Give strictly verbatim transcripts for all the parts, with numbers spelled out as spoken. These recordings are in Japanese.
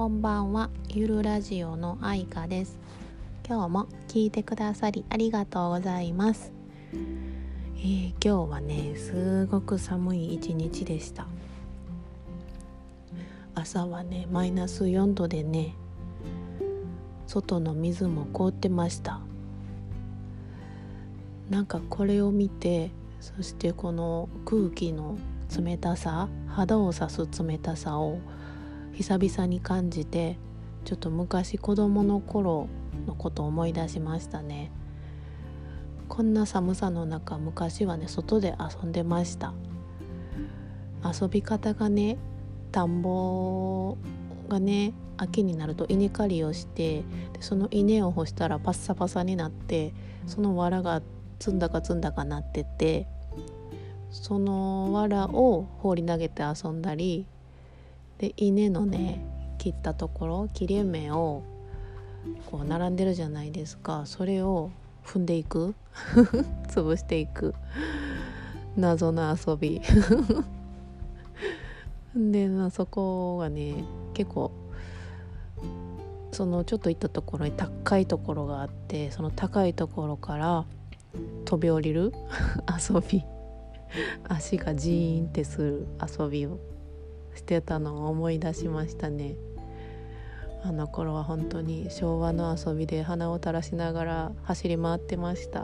こんばんは。ゆるラジオのあいかです。今日も聞いてくださりありがとうございます。えー、今日はねすごく寒い一日でした。朝はねマイナスよんどでね、外の水も凍ってました。なんかこれを見て、そしてこの空気の冷たさ、肌を刺す冷たさを久々に感じて、ちょっと昔子供の頃のことを思い出しましたね。こんな寒さの中、昔はね外で遊んでました。遊び方がね、田んぼがね秋になると稲刈りをして、でその稲を干したらパッサパサになって、その藁が積んだか積んだかなってて、その藁を放り投げて遊んだりで、稲のね切ったところ、切れ目をこう並んでるじゃないですか。それを踏んでいく潰していく謎の遊びで、まあ、そこがね結構そのちょっと行ったところに高いところがあって、その高いところから飛び降りる遊び、足がジーンってする遊びをしてたのを思い出しましたね。あの頃は本当に昭和の遊びで鼻を垂らしながら走り回ってました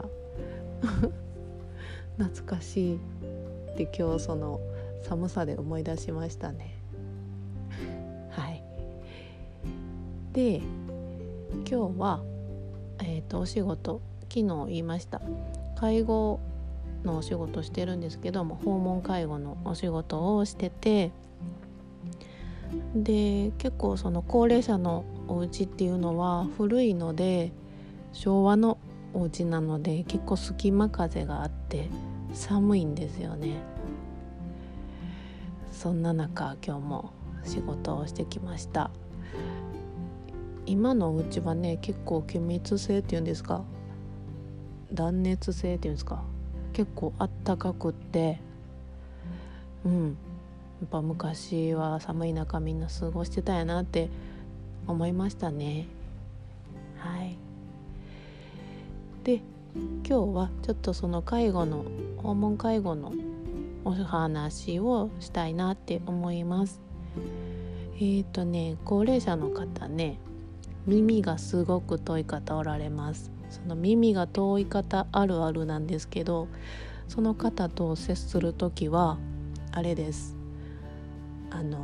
懐かしいって今日その寒さで思い出しましたね。はい。で今日はえっとお仕事、昨日言いました介護のお仕事してるんですけども、訪問介護のお仕事をしてて、で結構その高齢者のお家っていうのは古いので、昭和のお家なので結構隙間風があって寒いんですよね。そんな中今日も仕事をしてきました。今のお家はね結構気密性っていうんですか、断熱性っていうんですか、結構あったかくって、うんやっぱ昔は寒い中みんな過ごしてたんやなって思いましたね。はい。で今日はちょっとその介護の訪問介護のお話をしたいなって思います。えーとね高齢者の方ね、耳がすごく遠い方おられます。その耳が遠い方あるあるなんですけど、その方と接するときはあれです、あの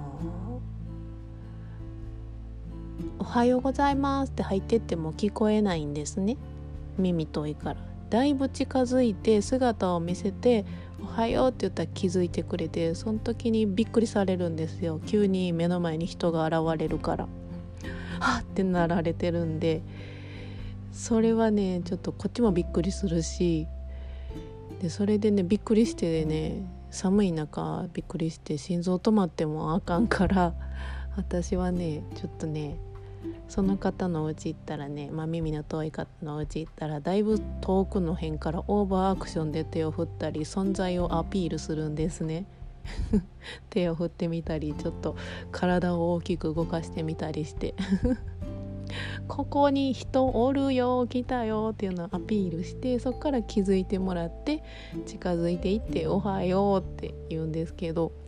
おはようございますって入ってっても聞こえないんですね。耳遠いから。だいぶ近づいて姿を見せておはようって言ったら気づいてくれて、その時にびっくりされるんですよ。急に目の前に人が現れるからはっってなられてるんで、それはねちょっとこっちもびっくりするし、でそれでねびっくりしてね、寒い中びっくりして心臓止まってもあかんから、私はねちょっとねその方のお家行ったらね、まあ、耳の遠い方のお家行ったらだいぶ遠くの辺からオーバーアクションで手を振ったり存在をアピールするんですね手を振ってみたり、ちょっと体を大きく動かしてみたりしてここに人おるよ、来たよっていうのをアピールして、そこから気づいてもらって近づいていっておはようって言うんですけど、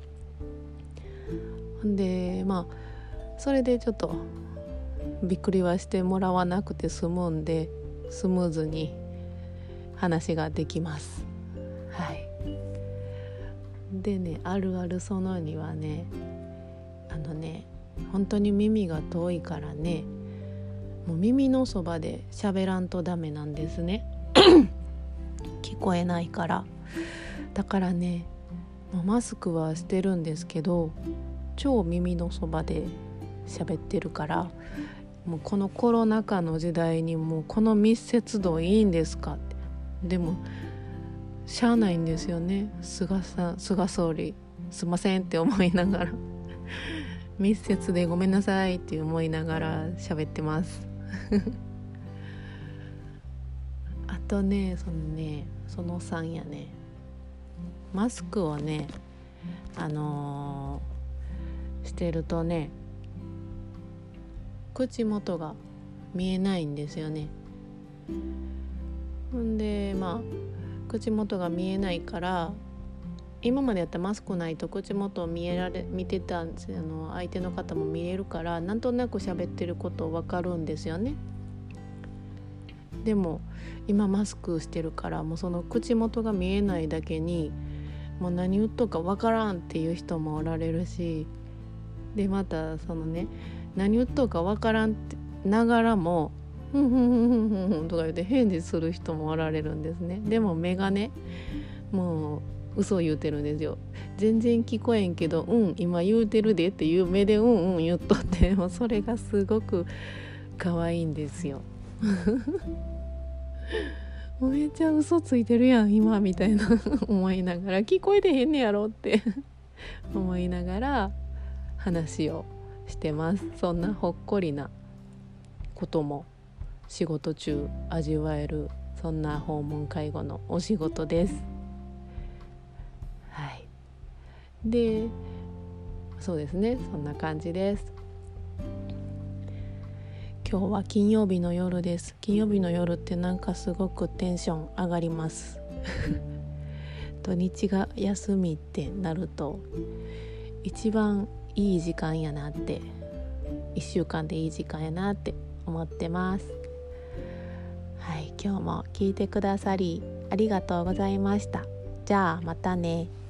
でまあそれでちょっとびっくりはしてもらわなくて済むんで、スムーズに話ができます。はい。でね、あるあるそのにはね、あのね本当に耳が遠いからね、もう耳のそばで喋らんとダメなんですね聞こえないから。だからねマスクはしてるんですけど、超耳のそばで喋ってるから、もうこのコロナ禍の時代にもうこの密接度いいんですかって。でもしゃあないんですよね。菅さん、菅総理すいませんって思いながら密接でごめんなさいって思いながら喋ってますあとねそのねそのさんやね、マスクをねあのー、してるとね口元が見えないんですよね。ほんでまあ口元が見えないから、今までやったらマスクないと口元を見えられ見てたんですよ。あの相手の方も見えるから、なんとなく喋ってること分かるんですよね。でも今マスクしてるから、もうその口元が見えないだけにもう何言っとくか分からんっていう人もおられるし、でまたそのね、何言っとくか分からんってながらもふんふんふんふんふんふんとか言って返事する人もおられるんですね。でも目がね、もう嘘言うてるんですよ。全然聞こえんけど、うん今言うてるでっていう目でうんうん言っとって、もうそれがすごく可愛いんですよ。めっちゃ嘘ついてるやん今みたいな思いながら、聞こえてへんねやろって思いながら話をしてます。そんなほっこりなことも仕事中味わえる、そんな訪問介護のお仕事です。はい。で、そうですね、そんな感じです。今日は金曜日の夜です。金曜日の夜ってなんかすごくテンション上がります土日が休みってなると一番いい時間やなって、いっしゅうかんでいい時間やなって思ってます。はい、今日も聞いてくださりありがとうございました。じゃあまたね。